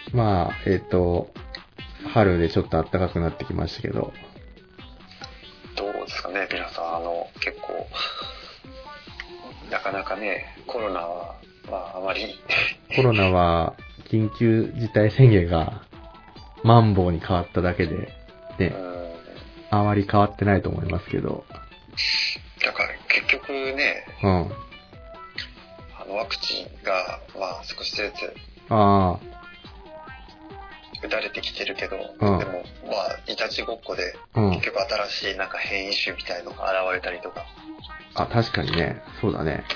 まあ、春でちょっと暖かくなってきましたけど。 どうですかね、皆さん、結構、なかなかね、コロナは、まあ、あまり。 コロナは、緊急事態宣言が、マンボウに変わっただけで、ね、あまり変わってないと思いますけど。 だから、結局ね、 うん。 ワクチンが、まあ、少しずつ、打たれてきてるけど、でも、まあ、いたちごっこで、結局新しいなんか変異種みたいのが現れたりとか。 確かにね、そうだね。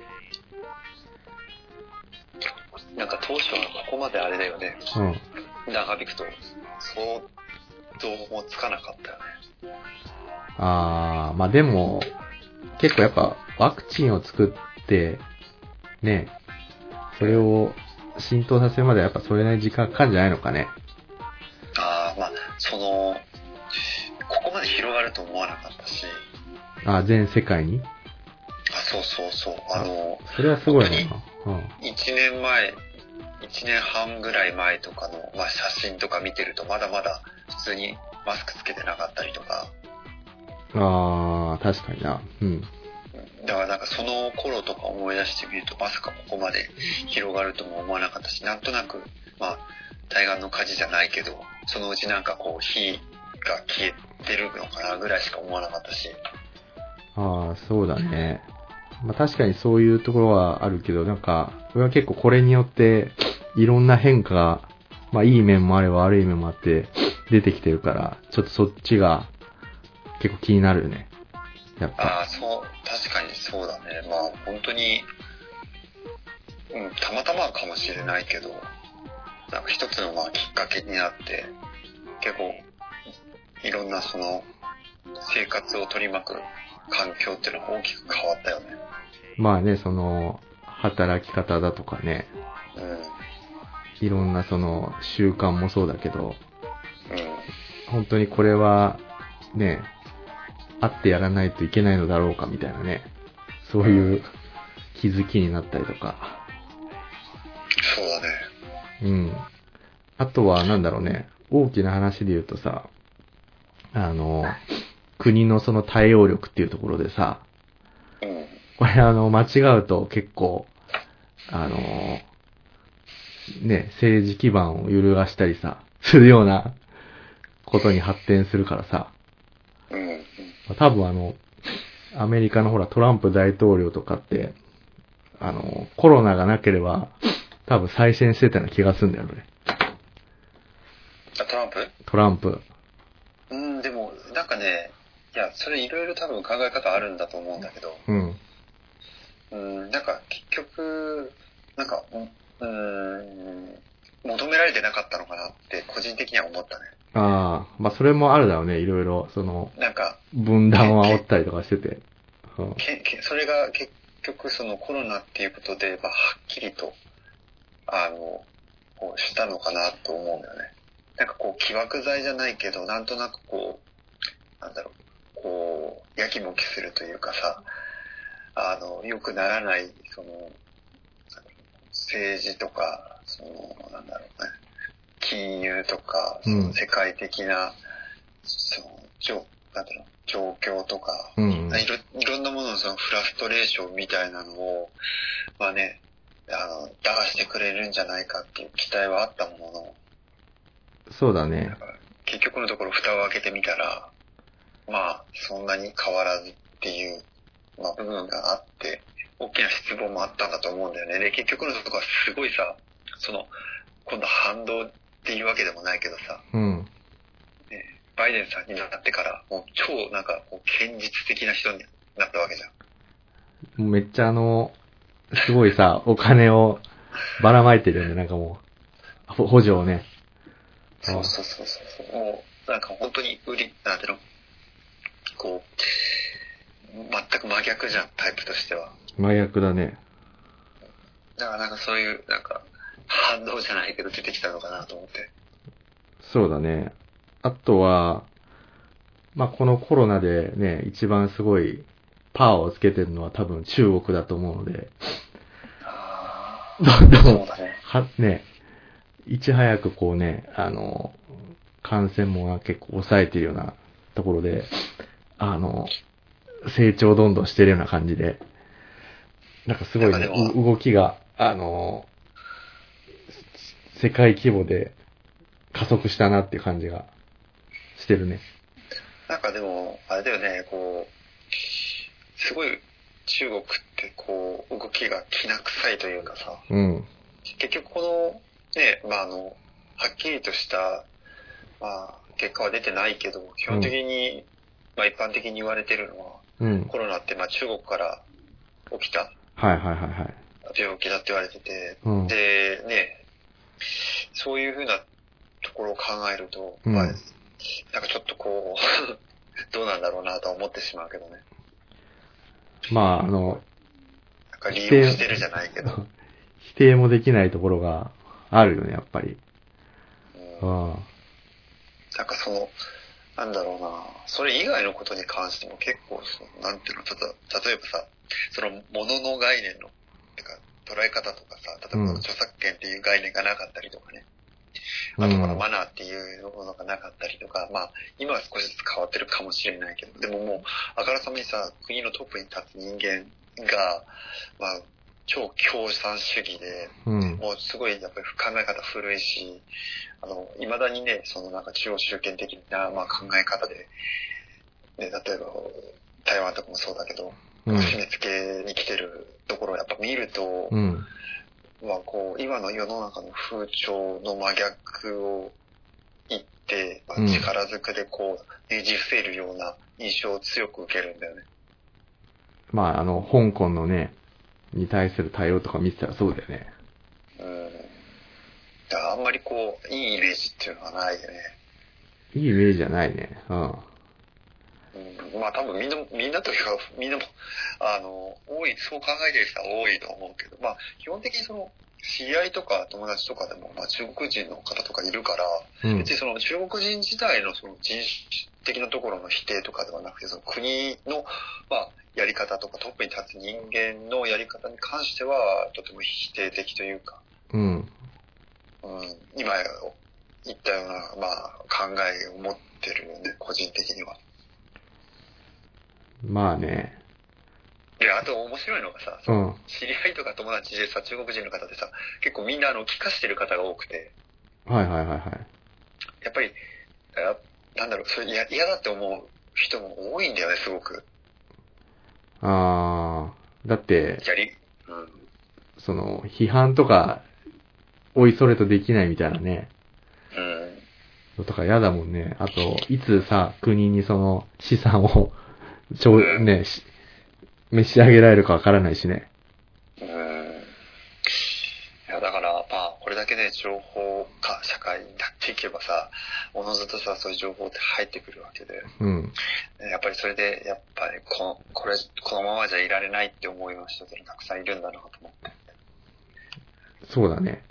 なんか当初はここまであれだよね。長引くと、想像もつかなかったよね。 まあでも、結構やっぱワクチンを作って、ね、それを浸透させるまではやっぱそれなりに時間かかるんじゃないのかね。 まあ、ここまで広がると思わなかったし。 全世界に？ そうそうそう。 それはすごいね。 1年前、1年半ぐらい前とかの、まあ、写真とか見てるとまだまだ普通にマスクつけてなかったりとか。 確かにな。 だからなんかその頃とか思い出してみるとまさかここまで広がるとも思わなかったし、なんとなく、まあ、対岸の火事じゃないけど、そのうちなんかこう火が消えてるのかなぐらいしか思わなかったし。 そうだね。まあ確かにそういうところはあるけど、なんか、俺は結構これによっていろんな変化が、まあいい面もあれば悪い面もあって出てきてるから、ちょっとそっちが結構気になるよね。やっぱ。 そう、確かにそうだね。まあ本当に、たまたまかもしれないけど、なんか一つのまあきっかけになって、結構いろんなその生活を取り巻く環境っていうのが大きく変わったよね。 まあね、その、働き方だとかね。いろんなその習慣もそうだけど、本当にこれはね、あってやらないといけないのだろうかみたいなね、そういう気づきになったりとか。 そうだね。 あとはなんだろうね、大きな話で言うとさ、国のその対応力っていうところでさ、これ間違うと結構、ね、政治基盤を揺るがしたりさ、するようなことに発展するからさ、多分アメリカのほらトランプ大統領とかって、コロナがなければ、多分再選してたような気がするんだよね。 トランプ？でも、なんかね、いや、それいろいろ多分考え方あるんだと思うんだけど、なんか結局、なんか、求められてなかったのかなって個人的には思ったね。 まあそれもあるだろうね、いろいろ、 なんか、 分断を煽ったりとかしてて。 それが結局そのコロナっていうことで、まあ、はっきりと、こうしたのかなと思うんだよね。なんかこう、起爆剤じゃないけど、なんとなくこう、なんだろう、こう、やきもきするというかさ、良くならない、政治とか、なんだろうね、金融とか、世界的な、なんだろう、状況とか、いろんなもののそのフラストレーションみたいなのを、まあね、打破してくれるんじゃないかっていう期待はあったものの、 そうだね。 結局のところ蓋を開けてみたら、まあ、そんなに変わらずっていう、まあ、部分があって、大きな失望もあったんだと思うんだよね。で、結局のところはすごいさ、今度反動っていうわけでもないけどさ、バイデンさんになってから、もう超なんか、堅実的な人になったわけじゃん。 めっちゃすごいさ、お金をばらまいてるよね、なんかもう。補助をね。 そう。もう、なんか本当になんていうの、こう、全く真逆じゃん、タイプとしては。 真逆だね。 だからなんかそういう、なんか、反動じゃないけど出てきたのかなと思って。 そうだね。あとは、まあ、このコロナでね、一番すごいパワーをつけてるのは多分中国だと思うので。どんどん、ね、 いち早くこうね、感染も結構抑えてるようなところで、成長どんどんしてるような感じで、なんかすごいね、動きが、世界規模で加速したなっていう感じがしてるね。 なんかでも、あれだよね、こう、すごい中国ってこう、動きがきな臭いというかさ、 うん。 結局この、ね、はっきりとした、結果は出てないけど、基本的に、一般的に言われてるのは、コロナって中国から起きた、 はいはいはいはい。 病気だって言われてて、で、ね、そういうふうなところを考えると、なんかちょっとこう、どうなんだろうなとは思ってしまうけどね。 なんか利用してるじゃないけど。 否定もできないところがあるよね、やっぱり。 なんかなんだろうな、それ以外のことに関しても結構、なんていうの、例えばさ、その物の概念の、捉え方とかさ、例えば著作権っていう概念がなかったりとかね。あとマナーっていうものがなかったりとか、今は少しずつ変わってるかもしれないけど、でももう、あからさまにさ、国のトップに立つ人間が、超共産主義で、もうすごいやっぱり考え方古いし、未だにね、なんか中央集権的な、考え方で、ね、例えば、台湾とかもそうだけど、締め付けに来てるところをやっぱ見ると、こう、今の世の中の風潮の真逆を言って、力ずくでこう、ねじ伏せるような印象を強く受けるんだよね。 香港のね、に対する対応とか見てたらそうだよね。 あんまりこう、いいイメージっていうのはないよね。 いいイメージじゃないね。 多分みんなというか、みんなも、多い、そう考えてる人は多いと思うけど、基本的に知り合いとか友達とかでも、中国人の方とかいるから、別に中国人自体の人種的なところの否定とかではなくて、国の、やり方とかトップに立つ人間のやり方に関しては、とても否定的というか、今言ったような、考えを持ってるよね、個人的には。で、あと面白いのがさ、知り合いとか友達でさ、中国人の方でさ、結構みんな帰化してる方が多くて。 はいはいはいはい。 やっぱり、なんだろう、それ嫌だって思う人も多いんだよね、すごく。 だって、批判とか、おいそれとできないみたいなね。とか嫌だもんね。あと、いつさ、国に資産を、ね、召し上げられるかわからないしね。 いや、だから、これだけね、情報化社会になっていけばさ、おのずとさ、そういう情報って入ってくるわけで。やっぱりそれで、やっぱりこのままじゃいられないって思うような人ってたくさんいるんだなと思って。 そうだね。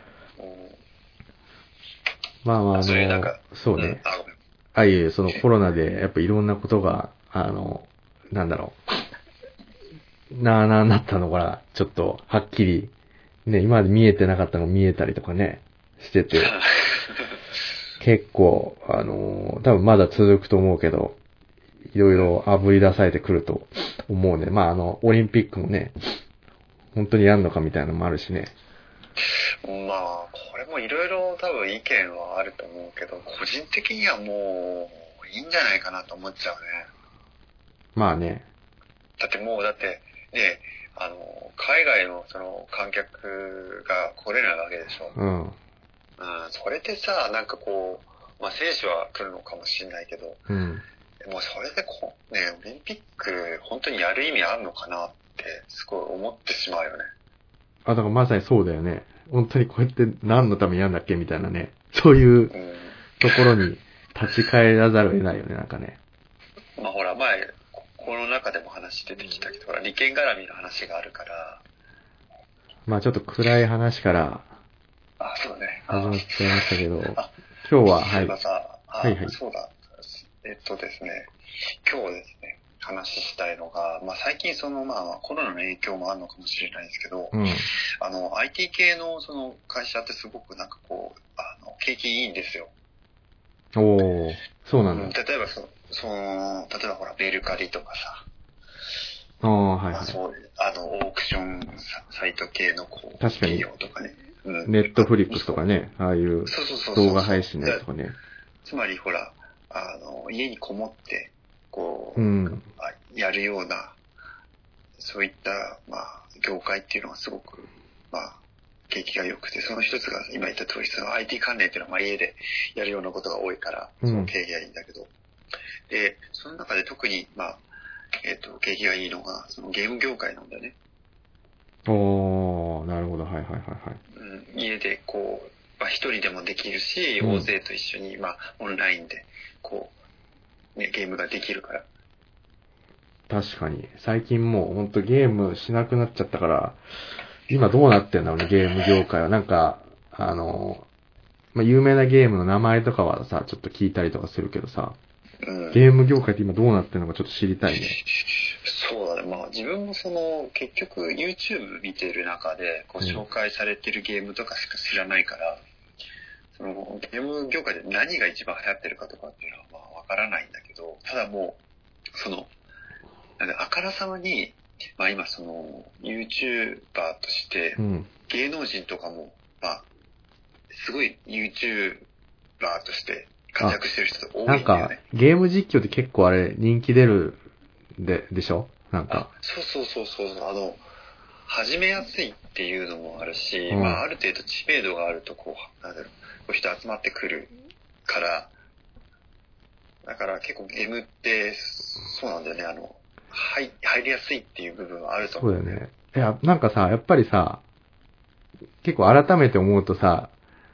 そうね。コロナで、やっぱいろんなことが、なんだろう。なったのが、ちょっと、はっきり、ね、今まで見えてなかったのが見えたりとかね、してて、結構、多分まだ続くと思うけど、いろいろ炙り出されてくると思うね。オリンピックもね、本当にやんのかみたいなのもあるしね。 これもいろいろ多分意見はあると思うけど、個人的にはもういいんじゃないかなと思っちゃうね。だってね、海外の観客が来れないわけでしょ。それでさ、なんかこう、選手は来るのかもしれないけど、もうそれでね、オリンピック本当にやる意味あるのかなってすごい思ってしまうよね。 だからまさにそうだよね。本当にこうやって何のためにやんだっけみたいなね。そういうところに立ち返らざるを得ないよね、なんかね。 ほら、前、この中でも話出てきたけど、ほら、利権絡みの話があるから。 ちょっと暗い話から、 そうね。 始まっちゃいましたけど、今日は、 そういえばさ、そうだ。ですね、今日ですね、 話したいのが、まあ最近そのまあコロナの影響もあるのかもしれないですけど、IT 系のその会社ってすごくなんかこう、景気いいんですよ。 おー、そうなんだ。 例えば例えばほら、メルカリとかさ、 はいはい。 そう、オークションサイト系のこう、 確かに。 企業とかね。 ネットフリックスとかね、ああいう動画配信のやつとかね。 つまりほら、家にこもって、こう、やるような、そういった、まあ、業界っていうのはすごく、まあ、景気が良くて、その一つが今言った通り、その IT 関連っていうのはまあ家でやるようなことが多いから、その景気がいいんだけど、で、その中で特に、まあ、景気がいいのが、そのゲーム業界なんだよね。 なるほど、はいはいはいはい。 家でこう、まあ一人でもできるし、大勢と一緒に、まあ、オンラインで、こう、ね、ゲームができるから。 確かに。最近もうほんとゲームしなくなっちゃったから、今どうなってんだろうね、ゲーム業界は。なんか、まあ、有名なゲームの名前とかはさ、ちょっと聞いたりとかするけどさ、ゲーム業界って今どうなってるのかちょっと知りたいね。 そうだね。まあ自分も結局 YouTube 見てる中で、こう紹介されてるゲームとかしか知らないから、ゲーム業界で何が一番流行ってるかとかっていうのはまあわからないんだけど、ただもう、なんであからさまに、まあ今YouTuber として、芸能人とかも、まあ、すごい YouTuber として活躍してる人多いんだよね。 なんか、ゲーム実況って結構あれ人気出るでしょなんか。 そう。始めやすいっていうのもあるし、まあある程度知名度があるとこう人集まってくるから、だから結構ゲームってそうなんだよね、入りやすいっていう部分はあると思う。 そうだよね。いや、なんかさ、やっぱりさ、結構改めて思うとさ、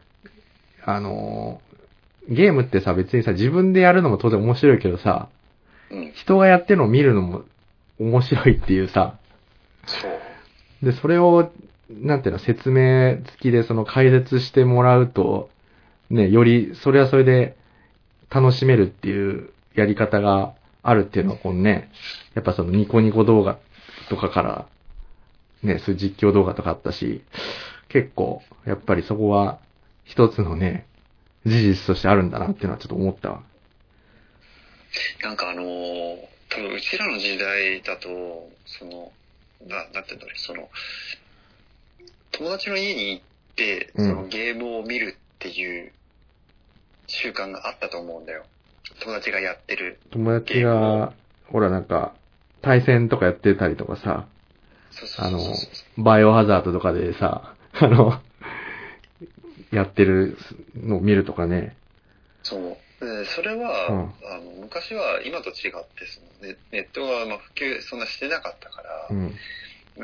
ゲームってさ、別にさ、自分でやるのも当然面白いけどさ、人がやってるのを見るのも面白いっていうさ、 そう。 で、それを、なんていうの、説明付きで解説してもらうと、ね、より、それはそれで楽しめるっていうやり方があるっていうのは、このね、やっぱニコニコ動画とかから、ね、そういう実況動画とかあったし、結構、やっぱりそこは、一つのね、事実としてあるんだなっていうのはちょっと思ったわ。 なんか多分うちらの時代だと、なんていうんだろう、友達の家に行って、ゲームを見るっていう習慣があったと思うんだよ。友達がやってる。 友達が、ほらなんか、対戦とかやってたりとかさ、バイオハザードとかでさ、やってるのを見るとかね。 そう。それは、昔は今と違ってネットが普及そんなしてなかったから、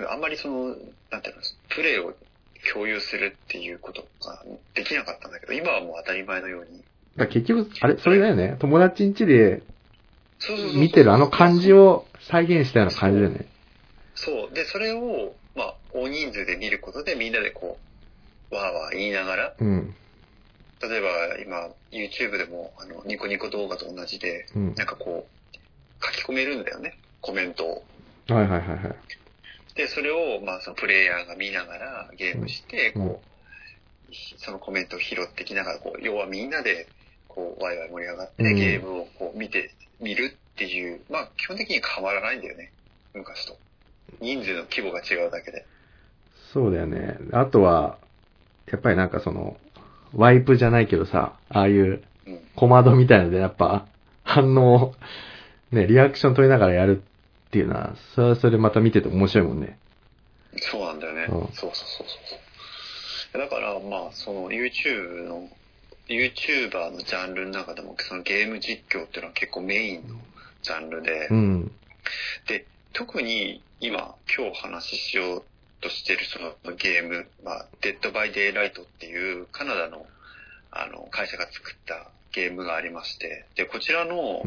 あんまりなんていうの、プレイを共有するっていうことができなかったんだけど、今はもう当たり前のように。 だ結局、それだよね。友達ん家で見てるあの感じを再現したような感じだよね。 そう。で、それを、まあ、大人数で見ることでみんなでこう、わーわー言いながら、例えば今 YouTube でもニコニコ動画と同じで、なんかこう書き込めるんだよね、コメントを。 はい。 でそれをまあプレイヤーが見ながらゲームして、こうそのコメントを拾ってきながら、こう要はみんなでこうワイワイ盛り上がってゲームをこう見るっていう、まあ基本的に変わらないんだよね、昔と。人数の規模が違うだけで。 そうだよね。あとはやっぱりなんかワイプじゃないけどさ、ああいうコマドみたいなのでやっぱ反応ね、リアクション取りながらやるっていうのは、それはそれでまた見てて面白いもんね。 そうなんだよね。そう。だからまあYouTuber のジャンルの中でもゲーム実況っていうのは結構メインのジャンルで、で特に今日話しようとしてるゲーム、まあ、デッドバイデイライトっていうカナダの会社が作ったゲームがありまして、でこちらの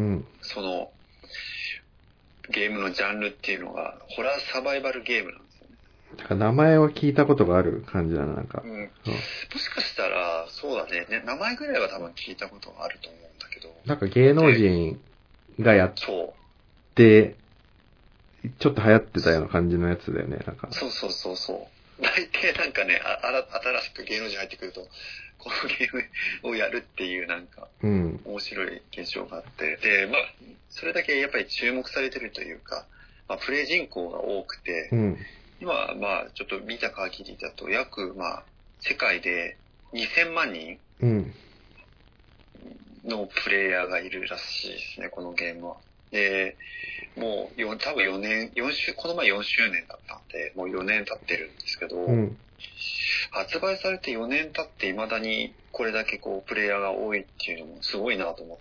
ゲームのジャンルっていうのがホラーサバイバルゲームなんですよね。 だから名前は聞いたことがある感じだな、なんか。 もしかしたらそうだね、名前ぐらいは多分聞いたことがあると思うんだけど。 なんか芸能人がやってちょっと流行ってたような感じのやつだよね、なんか。 そうそうそうそう。大体なんかね、新しく芸能人入ってくると、このゲームをやるっていうなんか、面白い現象があって、で、まあ、それだけやっぱり注目されてるというか、まあ、プレイ人口が多くて、今、まあ、ちょっと見た限りだと、約、まあ、世界で2000万人のプレイヤーがいるらしいですね、このゲームは。で、もう多分4年、この前4周年だったんで、もう4年経ってるんですけど、発売されて4年経って未だにこれだけこうプレイヤーが多いっていうのもすごいなと思って。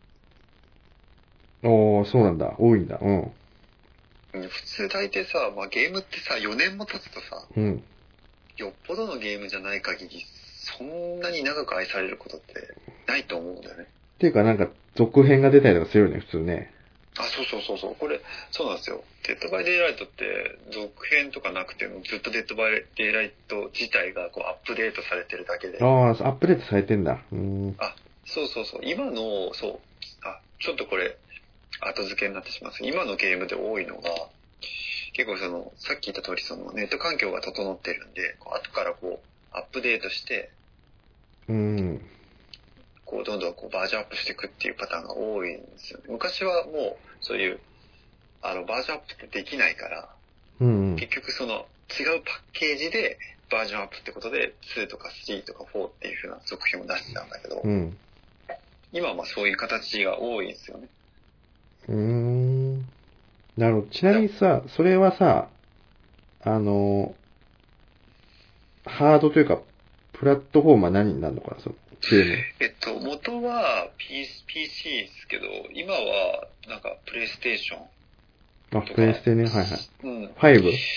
そうなんだ。多いんだ。 普通大抵さ、まあ、ゲームってさ、4年も経つとさ、よっぽどのゲームじゃない限り、そんなに長く愛されることってないと思うんだよね。 っていうかなんか続編が出たりとかするよね、普通ね。 そう。これ、そうなんですよ。デッドバイデイライトって続編とかなくてもずっとデッドバイデイライト自体がこうアップデートされてるだけで。 アップデートされてんだ。 そう。今の、ちょっとこれ、後付けになってしまうんですけど、今のゲームで多いのが、結構さっき言った通りネット環境が整ってるんで、後からこう、アップデートして、こう、どんどんこうバージョンアップしていくっていうパターンが多いんですよね。昔はもう、そういう、バージョンアップってできないから、結局違うパッケージでバージョンアップってことで、2とか3とか4っていう風な続編を出してたんだけど、今はまあそういう形が多いんですよね。 なるほど。ちなみにさ、それはさ、ハードというか、プラットフォームは何になるのかな、ゲーム。元は PC ですけど、今はなんかプレイステーション。 プレイステね、はいはい。5?4 か。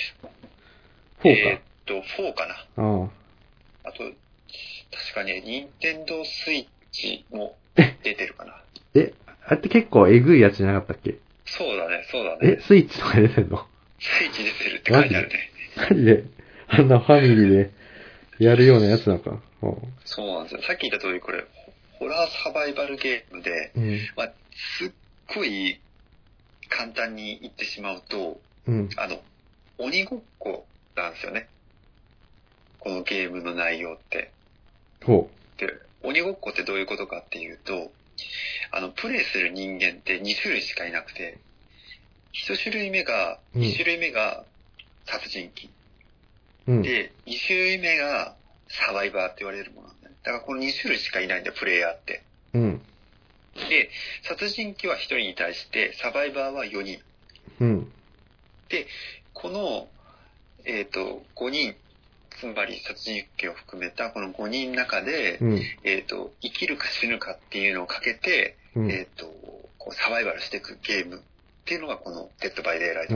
4かな。あと、確かに、ニンテンドースイッチも出てるかな。 あれって結構エグいやつじゃなかったっけ？ そうだね。 スイッチとか出てんの？ スイッチ出てるって書いてあるね。 マジであんなファミリーでやるようなやつなのか。 そうなんですよ。さっき言った通りこれ、ホラーサバイバルゲームで、まあ、すっごい簡単に言ってしまうと、鬼ごっこなんですよね。このゲームの内容って。で、鬼ごっこってどういうことかっていうと、プレイする人間って2種類しかいなくて、2種類目が殺人鬼。で、2種類目がサバイバーって言われるものなんだね。だからこの2種類しかいないんだよ、プレイヤーって。で、殺人鬼は1人に対して、サバイバーは4人。で、この、5人、つまり殺人鬼を含めたこの5人の中で、生きるか死ぬかっていうのをかけて、こうサバイバルしていくゲームっていうのがこのデッドバイデイライト。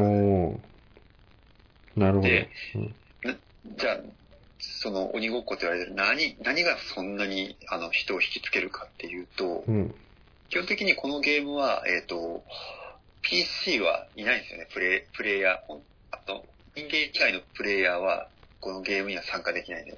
なるほど。 で、じゃあ、その鬼ごっこと言われてる何がそんなに人を引きつけるかっていうと、基本的にこのゲームは、PC はいないんですよね、プレイヤー。あと、人間以外のプレイヤーは、このゲームには参加できないんだよ。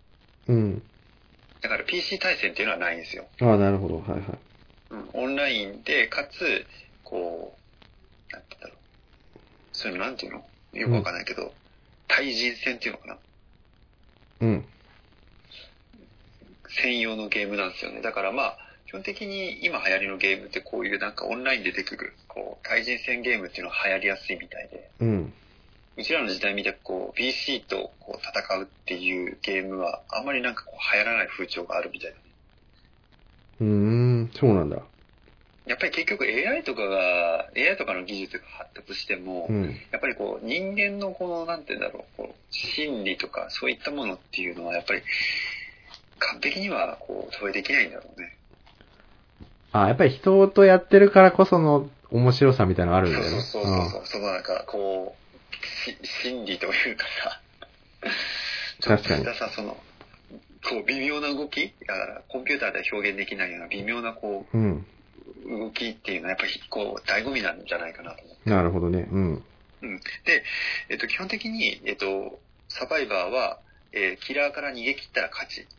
だから PC 対戦っていうのはないんですよ。 なるほど。はいはい。 オンラインで、かつ、こう、なんて言うんだろう。そういうのなんていうの？よくわかんないけど、対人戦っていうのかな。専用のゲームなんですよね。だからまあ、基本的に今流行りのゲームってこういうなんかオンラインで出てくる、こう、対人戦ゲームっていうのは流行りやすいみたいで。うちらの時代見てこう PC とこう戦うっていうゲームはあんまりなんかこう流行らない風潮があるみたいだね。 そうなんだ。 やっぱり結局 AI とかの技術が発達しても、やっぱりこう人間のこのなんて言うんだろう、こう心理とかそういったものっていうのはやっぱり完璧にはこう投影できないんだろうね。 やっぱり人とやってるからこその面白さみたいなのあるんだよね。 そう。そのなんかこう心理というかさ、 確かに。 こう微妙な動き、だからコンピューターで表現できないような微妙なこう、動きっていうのはやっぱりこう醍醐味なんじゃないかなと思って。 なるほどね。 で、基本的にサバイバーは、キラーから逃げ切ったら勝ち。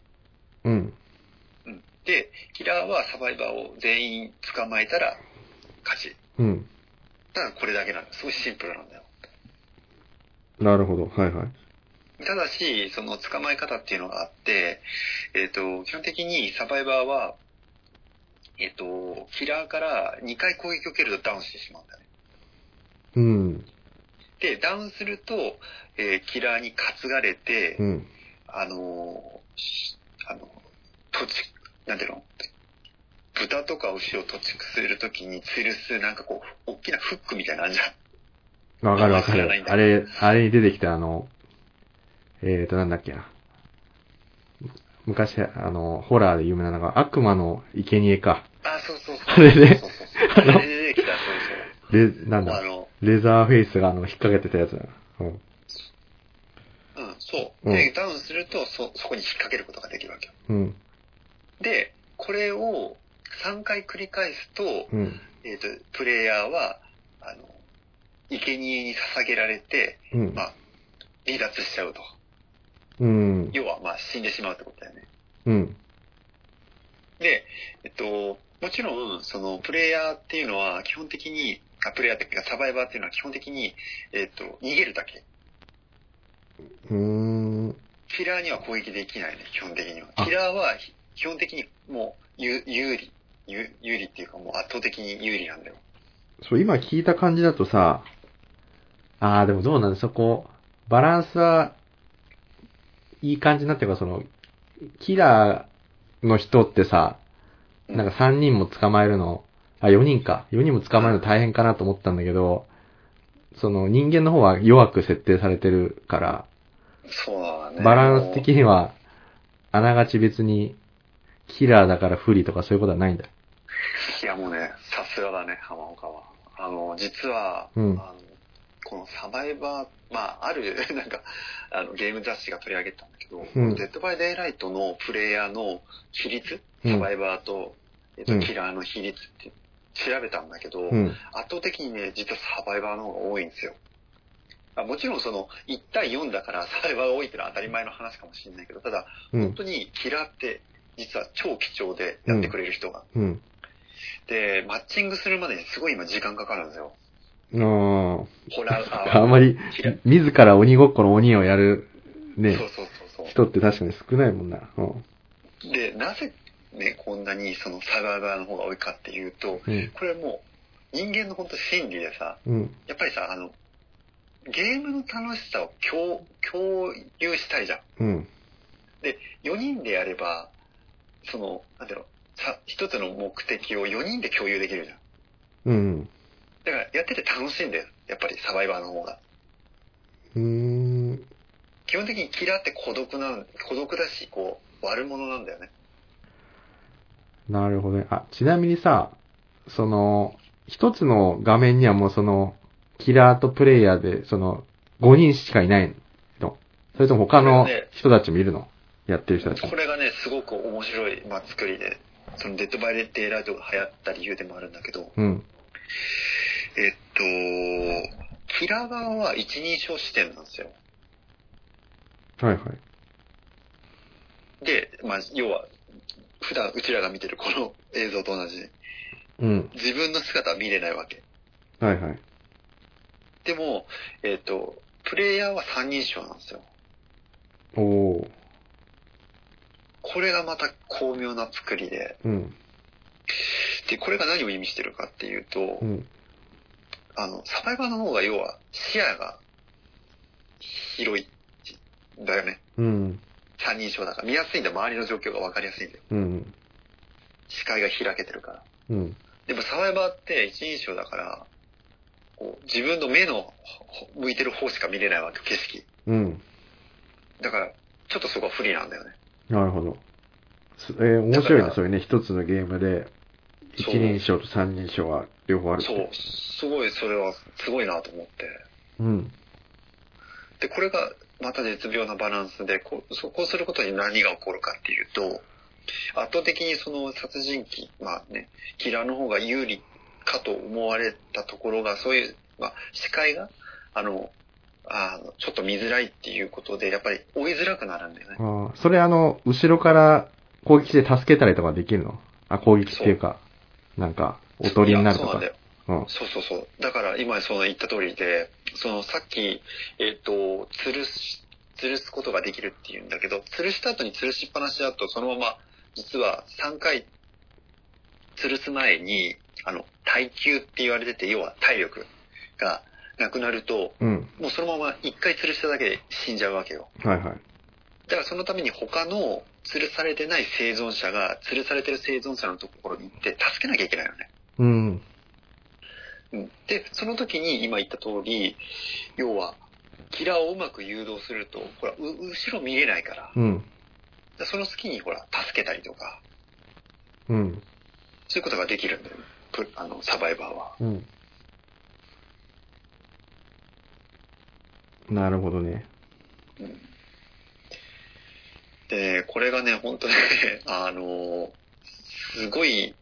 で、キラーはサバイバーを全員捕まえたら勝ち。 ただこれだけなんだよ。すごいシンプルなんだよ。 なるほど。はいはい。 ただし、その捕まえ方っていうのがあって、基本的にサバイバーは、キラーから2回攻撃を受けるとダウンしてしまうんだね。 うん。 で、ダウンすると、キラーに担がれて、 うん。 なんていうの？豚とか牛を土地するときに吊るす、なんかこう、大きなフックみたいなのあるじゃん。 わかるわかる。あれに出てきたなんだっけな。昔、ホラーで有名なのが、悪魔の生贄か。 あ、そうそうそう。 あれで、 あれで出てきた、そうそう。 なんだ、レザーフェイスが引っ掛けてたやつだな。 うん、そう。で、ダウンすると、そこに引っ掛けることができるわけよ。 うん。 で、これを3回繰り返すと、 うん、 プレイヤーは、生贄に捧げられて、 うん、 まあ、離脱しちゃうと。 うん。 要は、まあ、死んでしまうってことだよね。 うん。 で、もちろん、その、プレイヤーっていうのは、基本的に、プレイヤーっていうか、サバイバーっていうのは基本的に、逃げるだけ。キラーには攻撃できないね、基本的には。キラーは、基本的にもう、有利っていうか、もう圧倒的に有利なんだよ。 そう、今聞いた感じだとさ、でもどうなんだ、そこ、バランスは、いい感じになってるか、その、キラーの人ってさ、なんか3人も捕まえるの、4人か。4人も捕まえるの大変かなと思ったんだけど、その人間の方は弱く設定されてるから、 そうだね。 バランス的には、あながち別に、キラーだから不利とかそういうことはないんだ。 いやもうね、さすがだね、浜岡は。実は、このサバイバー、ある、なんか、ゲーム雑誌が取り上げたんだけど、デッドバイデイライトのプレイヤーの比率、サバイバーと、キラーの比率って調べたんだけど、圧倒的にね、実はサバイバーの方が多いんですよ。もちろんその、1対4だからサバイバーが多いっていうのは当たり前の話かもしれないけど、ただ、本当にキラーって、実は超貴重でやってくれる人が。で、マッチングするまでにすごい今時間かかるんですよ。 あんまり、自ら鬼ごっこの鬼をやる、ね、人って確かに少ないもんな。 で、なぜね、こんなにそのサバイバーの方が多いかっていうと、これもう人間の本当心理でさ、やっぱりさ、ゲームの楽しさを共有したいじゃん。で、4人でやれば、その、なんていうの、一つの目的を4人で共有できるじゃん。だからやってて楽しいんだよ。やっぱりサバイバーの方が。基本的にキラーって孤独だし、こう、悪者なんだよね。 なるほどね。ちなみにさ、その、一つの画面にはもうその、キラーとプレイヤーで、その、5人しかいないの？それとも他の人たちもいるの？やってる人たち。 これがね、すごく面白い、作りで、そのデッドバイデイライトが流行った理由でもあるんだけど、キラー側は一人称視点なんですよ。 はいはい。 で、要は、普段うちらが見てるこの映像と同じ。自分の姿は見れないわけ。 はいはい。 でも、プレイヤーは三人称なんですよ。これがまた巧妙な作りで、で、これが何を意味してるかっていうと、サバイバーの方が要は視野が広いんだよね。三人称だから見やすいんだ、周りの状況が分かりやすいんだよ。視界が開けてるから。でもサバイバーって一人称だから、こう自分の目の向いてる方しか見れないわけ、景色。だから、ちょっとそこは不利なんだよね。 なるほど。面白いね、それね、一つのゲームで、一人称と三人称は両方ある。 そう、すごい、それはすごいなと思って。で、これがまた絶妙なバランスで、こうすることに何が起こるかっていうと、圧倒的にその殺人鬼、キラーの方が有利かと思われたところが、そういう、視界が、ちょっと見づらいっていうことで、やっぱり追いづらくなるんだよね。 それ後ろから攻撃して助けたりとかできるの？攻撃っていうか、なんか、おとりになるとか。 そうそうそう。だから今その言った通りで、そのさっき、吊るすことができるっていうんだけど、吊るした後に吊るしっぱなしだと、そのまま、実は3回吊るす前に、耐久って言われてて、要は体力がなくなると、もうそのまま1回吊るしただけで死んじゃうわけよ。 はいはい。 だからそのために他の吊るされてない生存者が、吊るされてる生存者のところに行って助けなきゃいけないよね。で、その時に今言った通り、要は、キラーをうまく誘導すると、ほら、後ろ見えないから、その隙にほら、助けたりとか、そういうことができるんだよね、サバイバーは。 なるほどね。 で、これがね、本当ね、すごい、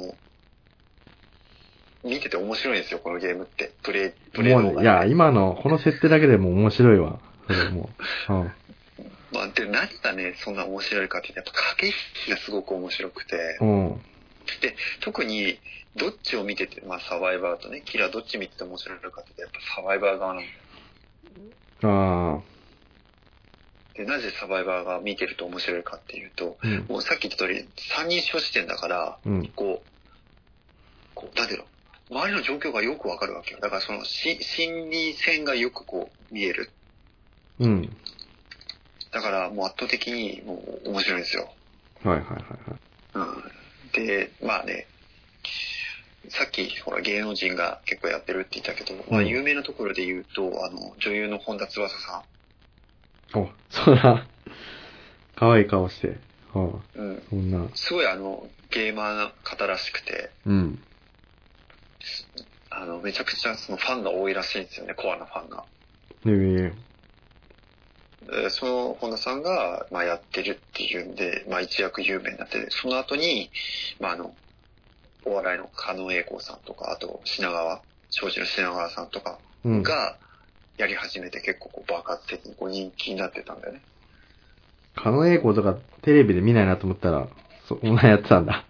見てて面白いんですよ、このゲームって。プレイ動画、ね。 いや、今の、この設定だけでも面白いわ。それも。 まあ、で、何がね、そんな面白いかって言って、やっぱ駆け引きがすごく面白くて。で、特に、どっちを見てて、まあ、サバイバーとね、キラーどっち見てて面白いかって言って、やっぱサバイバー側なんだよ。で、なぜサバイバーが見てると面白いかっていうと、もうさっき言った通り、三人称視点だから、こう、なんていうの、周りの状況がよくわかるわけよ。だからその心理戦がよくこう見える。だからもう圧倒的にもう面白いんですよ。で、まあね、さっきほら芸能人が結構やってるって言ったけど、まあ有名なところで言うと、女優の本田翼さん。そうだ。可愛い顔して。そんな。 すごいゲーマーな方らしくて。めちゃくちゃそのファンが多いらしいんですよね、コアなファンが。その本田さんが、まあ、やってるっていうんで、まあ、一躍有名になって、その後に、まあ、お笑いの狩野英孝さんとか、あと庄司の品川さんとかがやり始めて、結構こう爆発的にこう人気になってたんだよね。 狩野英孝とかテレビで見ないなと思ったら、そんなやってたんだ。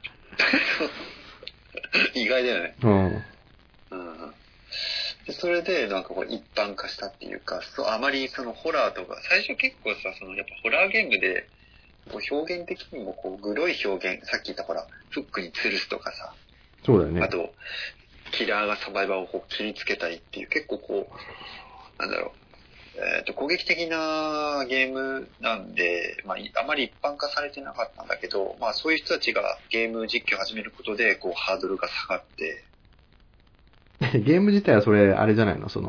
意外だよね。でそれでなんかこう一般化したっていうか、あまりそのホラーとか、最初結構さ、やっぱホラーゲームで、こう表現的にもこうグロい表現、さっき言ったほら、フックに吊るすとかさ、 そうだよね。 あと、キラーがサバイバーをこう切りつけたりっていう、結構こう、なんだろう、攻撃的なゲームなんで、まあ、あまり一般化されてなかったんだけど、まあそういう人たちがゲーム実況を始めることで、こうハードルが下がって、 ゲーム自体はそれ、あれじゃないの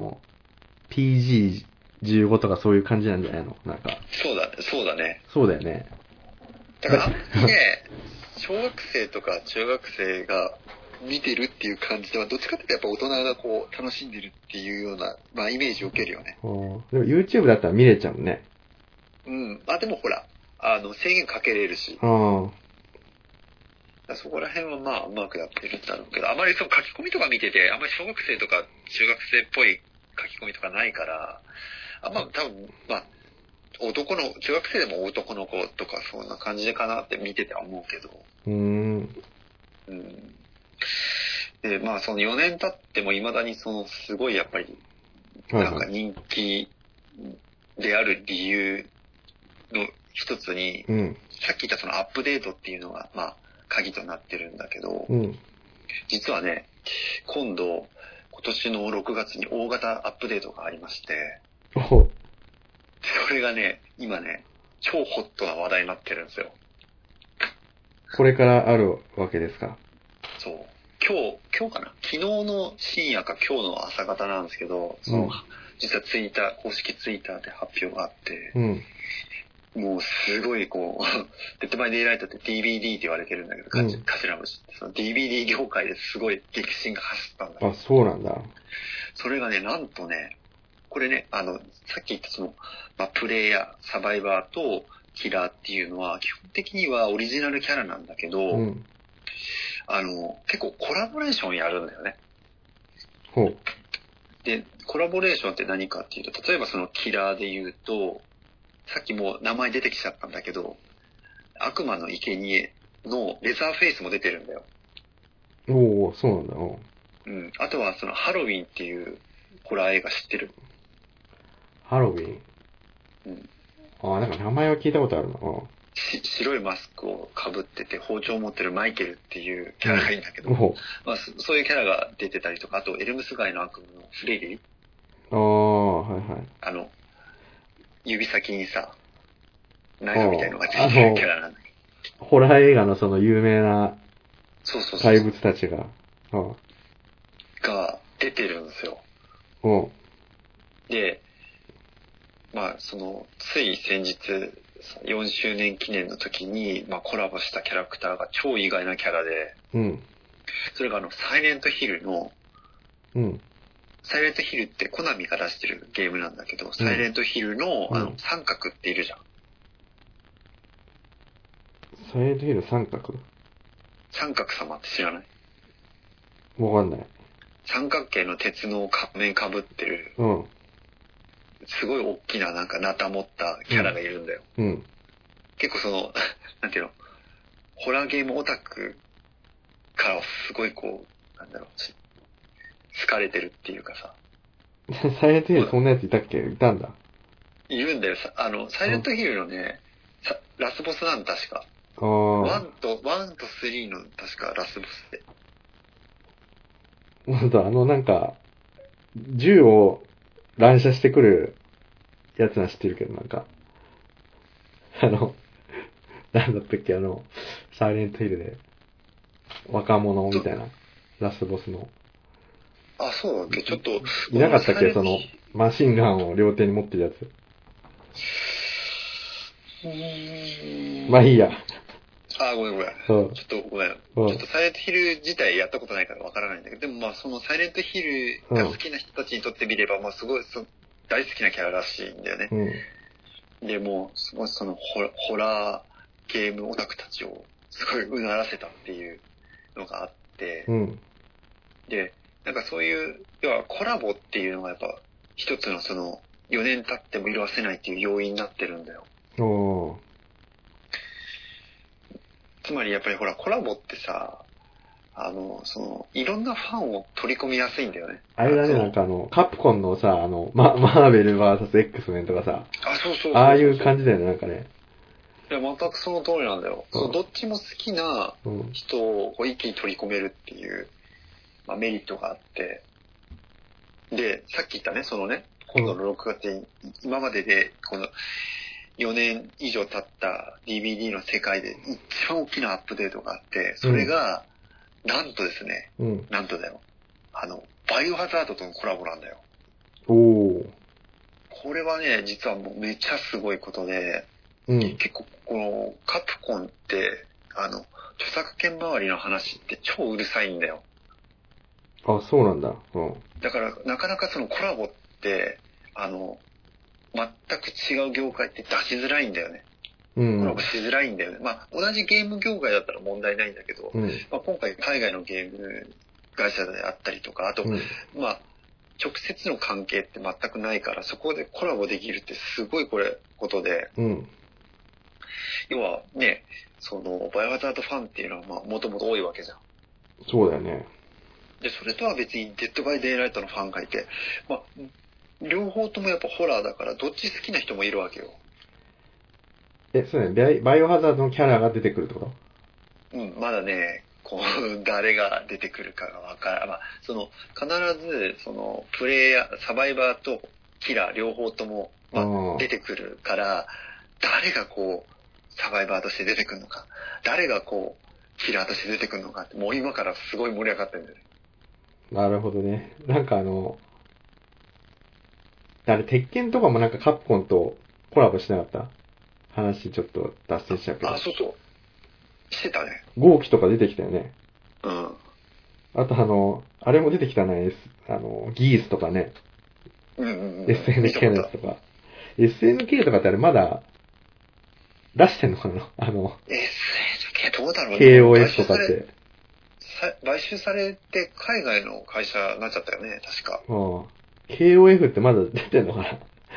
PG15 とかそういう感じなんじゃないのなんか。 そうだね。 そうだよね。 だからあんまりね、小学生とか中学生が見てるっていう感じでは、どっちかっていうとやっぱ大人がこう楽しんでるっていうような、まあイメージを受けるよね。 でも YouTube だったら見れちゃうね。 でもほら、制限かけれるし。そこら辺はまあうまくやってるんだろうけど、あまりその書き込みとか見てて、あんまり小学生とか中学生っぽい書き込みとかないから、多分、まあ、中学生でも男の子とかそんな感じでかなって見てては思うけど。で、まあその4年経っても未だにすごいやっぱり、なんか人気である理由の一つに、さっき言ったそのアップデートっていうのが、まあ、鍵となってるんだけど、実はね、今年の6月に大型アップデートがありまして、それがね、今ね、超ホットな話題になってるんですよ。 これからあるわけですか？ そう。今日かな？昨日の深夜か今日の朝方なんですけど、実は公式ツイッターで発表があって、もうすごいこう、デッドバイデイライトって DVD って言われてるんだけど、頭文字って、その DVD 業界ですごい激震が走ったんだ。 そうなんだ。 それがね、なんとね、これね、さっき言ったまあ、プレイヤー、サバイバーとキラーっていうのは、基本的にはオリジナルキャラなんだけど、結構コラボレーションやるんだよね。で、コラボレーションって何かっていうと、例えばそのキラーで言うと、さっきもう名前出てきちゃったんだけど、悪魔の生贄のレザーフェイスも出てるんだよ。 そうなんだ。 うん。あとはそのハロウィンっていうホラー映画知ってる？ ハロウィン。 うん。 なんか名前は聞いたことあるな。 白いマスクをかぶってて包丁を持ってるマイケルっていうキャラがいるんだけど、まあ、そういうキャラが出てたりとか、あとエルムス街の悪夢のフレディ。 はいはい。 指先にさ、ナイフみたいのがついてるキャラなんだけど。ホラー映画のその有名な怪物たちが、 が出てるんですよ。で、まあつい先日、4周年記念の時に、まあ、コラボしたキャラクターが超意外なキャラで、それがサイレントヒルの、サイレントヒルってコナミが出してるゲームなんだけど、サイレントヒルの、三角っているじゃん。 サイレントヒル三角？ 三角様って知らない？ わかんない。 三角形の鉄の仮面かぶってる、すごい大きななんかナタ持ったキャラがいるんだよ。結構なんていうの、ホラーゲームオタクからすごいこう、なんだろう、好かれてるっていうかさ。 サイレントヒルそんなやついたっけ？いたんだ。 いるんだよ。サイレントヒルのね、ラスボスなんだ確か。1と3の確かラスボスで。 ほんとなんか、銃を乱射してくるやつは知ってるけど、なんか、なんだったっけ、サイレントヒルで、若者みたいな、ラスボスの。 あ、そうだっけ、ちょっと。 いなかったっけ、マシンガンを両手に持ってるやつ。まあいいや。 ごめん。ちょっとごめん。ちょっとサイレントヒル自体やったことないからわからないんだけど、でもまあそのサイレントヒルが好きな人たちにとってみれば、まあすごい大好きなキャラらしいんだよね。でもすごいホラーゲームオタクたちをすごいうならせたっていうのがあって、で、なんかそういう、要はコラボっていうのがやっぱ一つの4年経っても色褪せないっていう要因になってるんだよ。つまりやっぱりほらコラボってさ、いろんなファンを取り込みやすいんだよね。 あれだね、なんかカプコンのさ、マーベル VS X メンとかさ、 そう。 ああいう感じだよね、なんかね。 いや、全くその通りなんだよ。どっちも好きな人を一気に取り込めるっていう、まあ、メリットがあって。で、さっき言ったね、今度の6月に、今までで、この4年以上経った DVD の世界で一番大きなアップデートがあって、それが、なんとですね、なんとだよ、バイオハザードとのコラボなんだよ。これはね、実はもうめちゃすごいことで、結構このカプコンって、著作権周りの話って超うるさいんだよ。 あ、そうなんだ。 だから、なかなかコラボって、全く違う業界って出しづらいんだよね。コラボしづらいんだよね。まあ、同じゲーム業界だったら問題ないんだけど、まあ、今回海外のゲーム会社であったりとか、あと、まあ、直接の関係って全くないから、そこでコラボできるってすごいことで、要はね、バイオハザードファンっていうのはまあ、もともと多いわけじゃん。 そうだよね。 で、それとは別にデッドバイデイライトのファンがいて、まあ、両方ともやっぱホラーだから、どっち好きな人もいるわけよ。 そうね、バイオハザードのキャラが出てくるってこと？ まだね、誰が出てくるかがわからん。まあ、必ず、プレイヤー、サバイバーとキラー両方とも、まあ、出てくるから、誰がサバイバーとして出てくるのか、誰がキラーとして出てくるのかって、もう今からすごい盛り上がってるんだよね。 なるほどね。なんか鉄拳とかもなんかカプコンとコラボしなかった？話ちょっと脱線しちゃうけど。 そう。してたね。 号機とか出てきたよね。あとあれも出てきたね。ギースとかね。SNK のやつとか。SNK とかってあれまだ出してんのかな SNK どうだろうね。 KOF とかって。 買収されて海外の会社になっちゃったよね、確か。 KOF ってまだ出てんのかな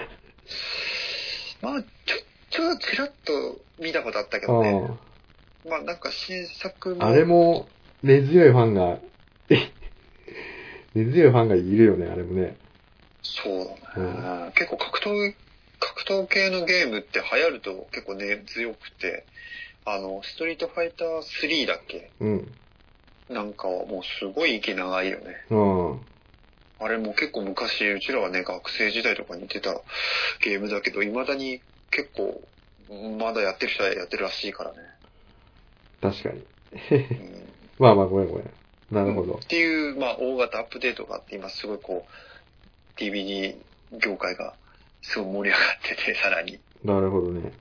まあ、ちょっとちらっと見たことあったけどね。まあなんか新作も。 あれも根強いファンが根強いファンがいるよね、あれもね。 そうだね。結構格闘系のゲームって流行ると結構ね、強くて、ストリートファイター3だっけ？ うん。 なんかはもうすごい息長いよね。あれも結構昔、うちらはね、学生時代とかに出たゲームだけど、未だに結構、まだやってる人はやってるらしいからね。 確かに。まあまあ、ごめん。なるほど。 っていう、まあ、大型アップデートがあって、今すごいこう、DVD 業界がすごい盛り上がってて、さらに。 なるほどね。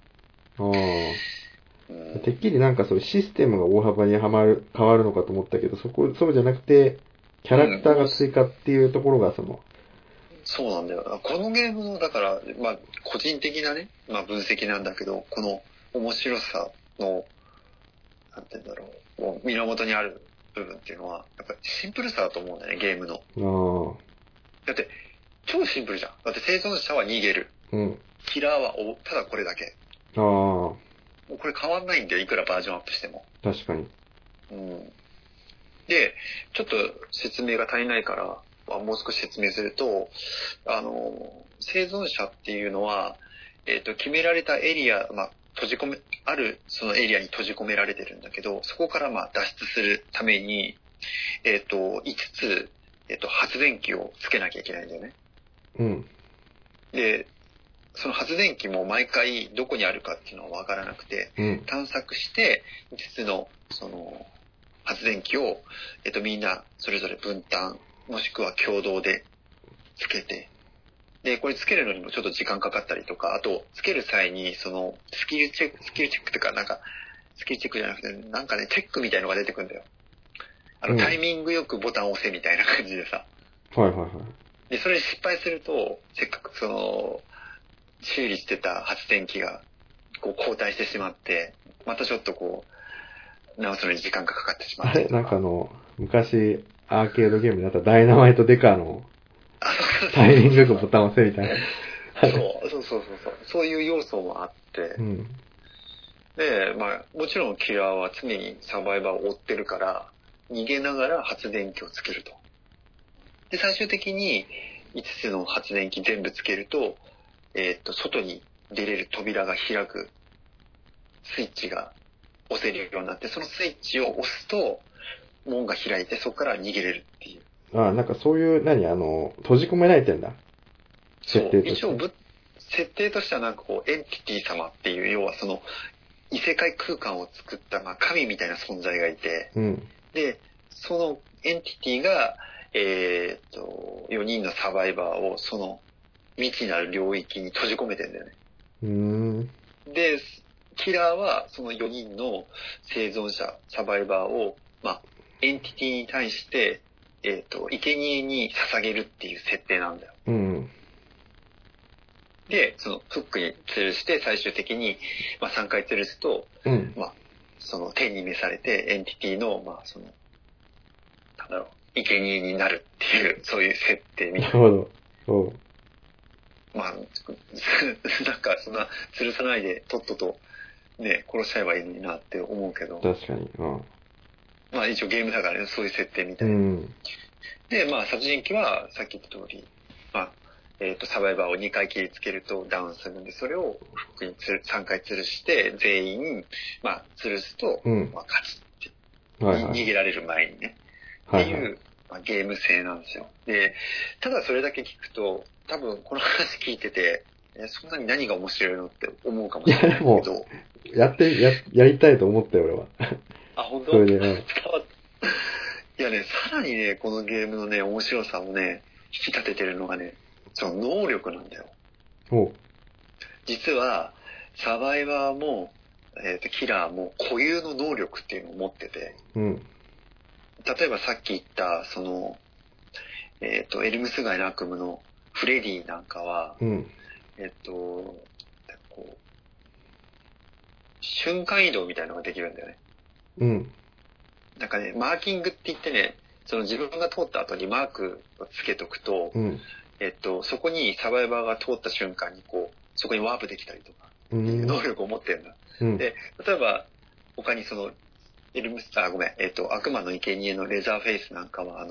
てっきりなんかそういうシステムが大幅に変わるのかと思ったけど、そうじゃなくて、キャラクターが追加っていうところがそうなんだよ。このゲームの、だから、まあ、個人的なね、まあ、分析なんだけど、この面白さの、なんて言うんだろう、もう源にある部分っていうのは、やっぱりシンプルさだと思うんだよね、ゲームの。だって、超シンプルじゃん。だって生存者は逃げる。キラーは追う。ただこれだけ。もうこれ変わんないんだよ、いくらバージョンアップしても。 確かに。 で、ちょっと説明が足りないから、もう少し説明すると、生存者っていうのは、決められたエリア、まあ、あるそのエリアに閉じ込められてるんだけど、そこからまあ脱出するために、5つ、発電機をつけなきゃいけないんだよね。で、その発電機も毎回どこにあるかっていうのはわからなくて、探索して5つのその発電機を、みんなそれぞれ分担もしくは共同でつけて、でこれつけるのにもちょっと時間かかったりとか、あとつける際にそのスキルチェックっていうか、なんかスキルチェックじゃなくてなんかね、チェックみたいのが出てくるんだよ。タイミングよくボタンを押せみたいな感じでさ。でそれに失敗すると、せっかくその修理してた発電機がこう交代してしまって、またちょっとこう直すのに時間がかかってしまって。 なんか昔アーケードゲームであったダイナマイトデカのタイミングよくボタンを押せみたいな。そういう要素もあって、で、まあもちろんキラーは常にサバイバーを追ってるから逃げながら発電機をつけると。で最終的に5つの発電機全部つけると、外に出れる扉が開くスイッチが押せるようになって、そのスイッチを押すと門が開いて、そこから逃げれるっていう。 なんかそういう、閉じ込められてんだ。 設定として。一応設定としてはなんかこう、エンティティ様っていう、要はその異世界空間を作った、まあ、神みたいな存在がいて、で、そのエンティティが、4人のサバイバーをその未知なる領域に閉じ込めてんだよね。で、キラーはその4人の生存者、サバイバーを、まあ、エンティティに対して、生贄に捧げるっていう設定なんだよ。で、そのフックに吊るして最終的に、まあ、3回吊るすと、まあ、その天に召されてエンティティの、まあ、その、なんだろう、生贄になるっていう、そういう設定みたいな。なるほど。まあ、なんかそんな吊るさないでとっととね、殺しちゃえばいいのになって思うけど。 確かに。 まあ一応ゲームだからね、そういう設定みたいな。で、まあ殺人鬼はさっき言った通り、まあ、サバイバーを2回切りつけるとダウンするんで、それをフックに3回吊るして、全員、まあ吊るすと、まあ勝つって、逃げられる前にね。っていう、まあ、ゲーム性なんですよ。で、ただそれだけ聞くと、多分この話聞いてて、そんなに何が面白いのって思うかもしれないけど。 やりたいと思ったよ、俺は。 本当？それでね。いやね、さらにね、このゲームのね、面白さをね、引き立ててるのがね、その能力なんだよ。実は、サバイバーも、キラーも固有の能力っていうのを持ってて、例えばさっき言った、その、エルムス街の悪夢のフレディなんかは、こう、瞬間移動みたいなのができるんだよね。なんかね、マーキングって言ってね、その自分が通った後にマークをつけとくと、そこにサバイバーが通った瞬間にこう、そこにワープできたりとか、っていう能力を持ってるんだ。で、例えば、他にその、悪魔の生贄のレザーフェイスなんかは、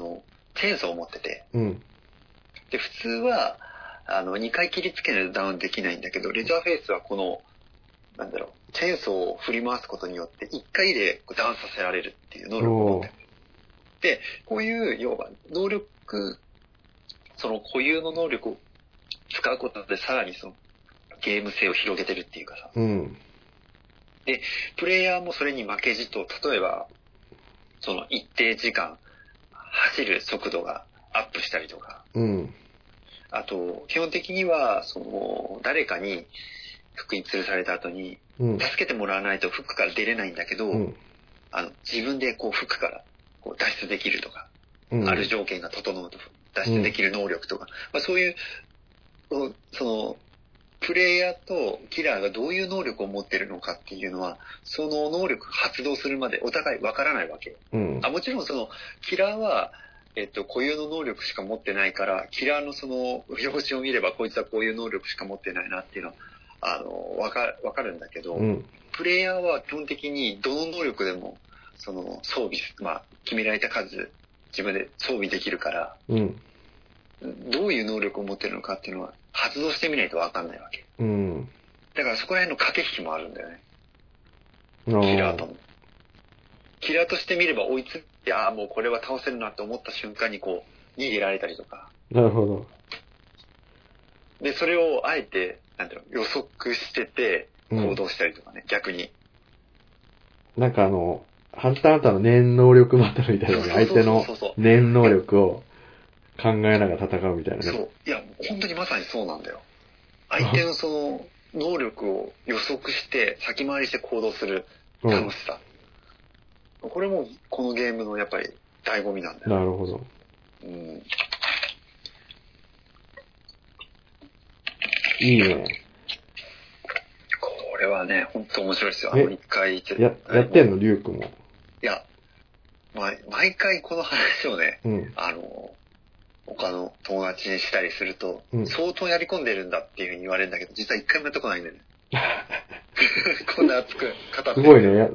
チェーンソーを持ってて、 うん。 で、普通は、2回切りつけないとダウンできないんだけど、レザーフェイスはこの、なんだろう、チェーンソーを振り回すことによって、1回でダウンさせられるっていう能力を持ってる。で、こういう、要は、能力、その固有の能力を使うことで、さらにその、ゲーム性を広げてるっていうかさ。 うん。 で、プレイヤーもそれに負けじと、例えば、その一定時間、走る速度がアップしたりとか、 うん。 あと、基本的には、その、誰かにフックに吊るされた後に、助けてもらわないとフックから出れないんだけど、自分でこうフックからこう脱出できるとか、ある条件が整うと脱出できる能力とか、そういう、その、プレイヤーとキラーがどういう能力を持っているのかっていうのは、その能力が発動するまでお互いわからないわけよ。もちろんその、キラーは、固有の能力しか持ってないから、キラーのその、表示を見れば、こいつはこういう能力しか持ってないなっていうのは、わかるんだけど、プレイヤーは基本的にどの能力でも、その、装備、決められた数、自分で装備できるから、どういう能力を持ってるのかっていうのは、発動してみないとわかんないわけ。だからそこら辺の駆け引きもあるんだよね。キラーとも。キラーとしてみれば追いついて、もうこれは倒せるなって思った瞬間にこう、逃げられたりとか。 なるほど。 で、それをあえて、なんていうの、予測してて、行動したりとかね、逆に。 なんかハンターハンターの念能力バトルみたいなね、相手の念能力を考えながら戦うみたいなね。 そう。いや、本当にまさにそうなんだよ。相手のその、能力を予測して、先回りして行動する楽しさ。これも、このゲームのやっぱり、醍醐味なんだよ。 なるほど。いいね。 これはね、本当面白いですよ。一回やってんの、リュウ君も。 いや、毎回この話をね、他の友達にしたりすると、相当やり込んでるんだっていうふうに言われるんだけど、実は一回もやったことないんだよね。こんな熱く語ってる。 すごいね。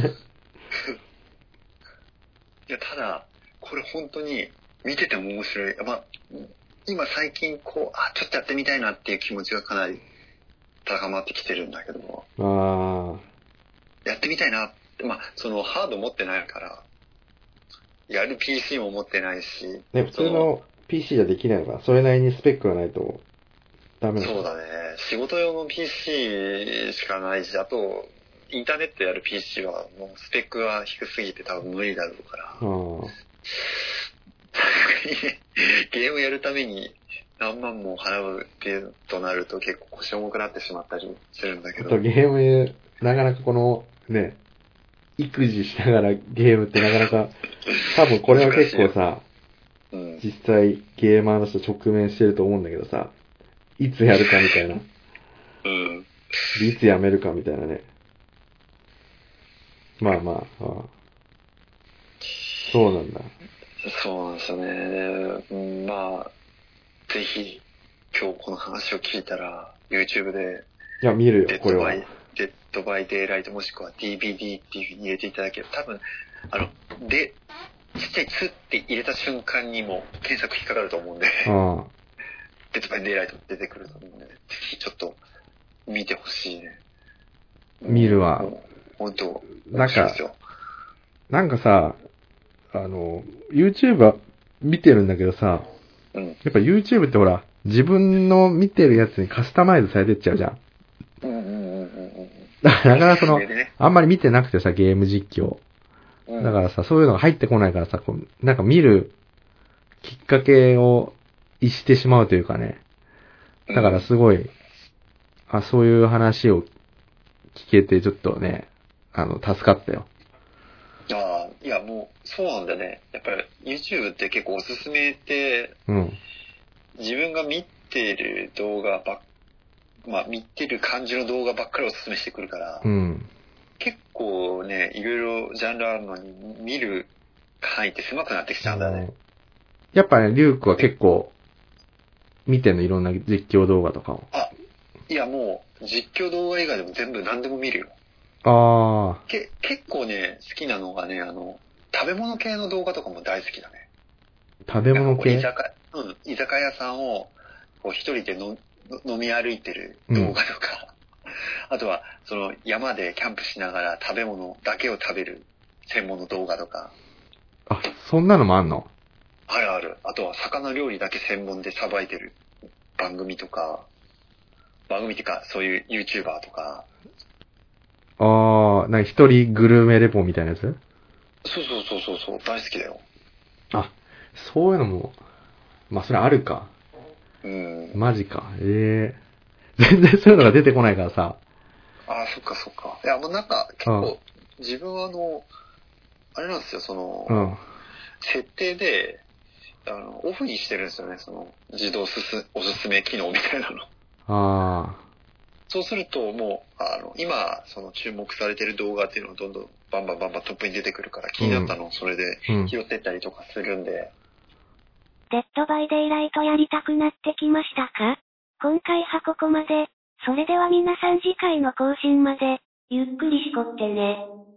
いや、ただ、これ本当に見てても面白い。今最近こう、ちょっとやってみたいなっていう気持ちがかなり高まってきてるんだけども。やってみたいなって、そのハード持ってないから、やる PC も持ってないし。 ね、普通の PC じゃできないのか。それなりにスペックがないとダメなの。 そうだね。仕事用の PC しかないし、あと、インターネットやる PC はもうスペックが低すぎて多分無理だろうから。ゲームやるために何万も払うっていうとなると結構腰重くなってしまったりするんだけど。 ゲーム、なかなかこのね、育児しながらゲームってなかなか、多分これは結構さ、実際ゲーマーの人直面してると思うんだけどさ、いつやるかみたいな。いつやめるかみたいなね。そうなんだ。 そうなんですよね。ぜひ、今日この話を聞いたら、YouTube で、 いや、見るよ、これは。 デッドバイデイライトもしくは DVD っていう風に入れていただければ、多分、ちっちゃいツって入れた瞬間にも検索引っかかると思うんで、デッドバイデイライト出てくると思うんで、ぜひちょっと見てほしいね。 見るわ。 本当面白いですよ。 なんかさ、YouTube は見てるんだけどさ、やっぱ YouTube ってほら、自分の見てるやつにカスタマイズされてっちゃうじゃん。だからなかなかあんまり見てなくてさ、ゲーム実況。だからさ、そういうのが入ってこないからさ、なんか見るきっかけを逸してしまうというかね。だからすごい、そういう話を聞けてちょっとね、助かったよ。 いやもう、そうなんだね。やっぱり YouTube って結構おすすめって、自分が見てる動画見てる感じの動画ばっかりおすすめしてくるから、結構ね、いろいろジャンルあるのに見る範囲って狭くなってきちゃうんだね。 やっぱね、リュウクは結構見てんの、いろんな実況動画とかを。 いやもう、実況動画以外でも全部何でも見るよ。結構ね、好きなのがね、食べ物系の動画とかも大好きだね。 食べ物系？ 居酒屋さんを、こう一人で飲み歩いてる動画とか、あとは、その山でキャンプしながら食べ物だけを食べる専門の動画とか。 あ、そんなのもあんの？ あるある。あとは魚料理だけ専門でさばいてる番組とか、番組っていうか、そういう YouTuber とか。 なんか一人グルメレポみたいなやつ？ そう、大好きだよ。 あ、そういうのも、まあそれあるか。マジか。全然そういうのが出てこないからさ。 そっか。いや、もうなんか、結構、自分はあれなんですよ、設定で、オフにしてるんですよね、自動おすすめ機能みたいなの。そうすると、もう、今、注目されてる動画っていうのがどんどんバンバントップに出てくるから、気になったのをそれで拾ってったりとかするんで。 デッドバイデイライトやりたくなってきましたか？今回はここまで。それでは皆さん次回の更新まで、ゆっくりしこってね。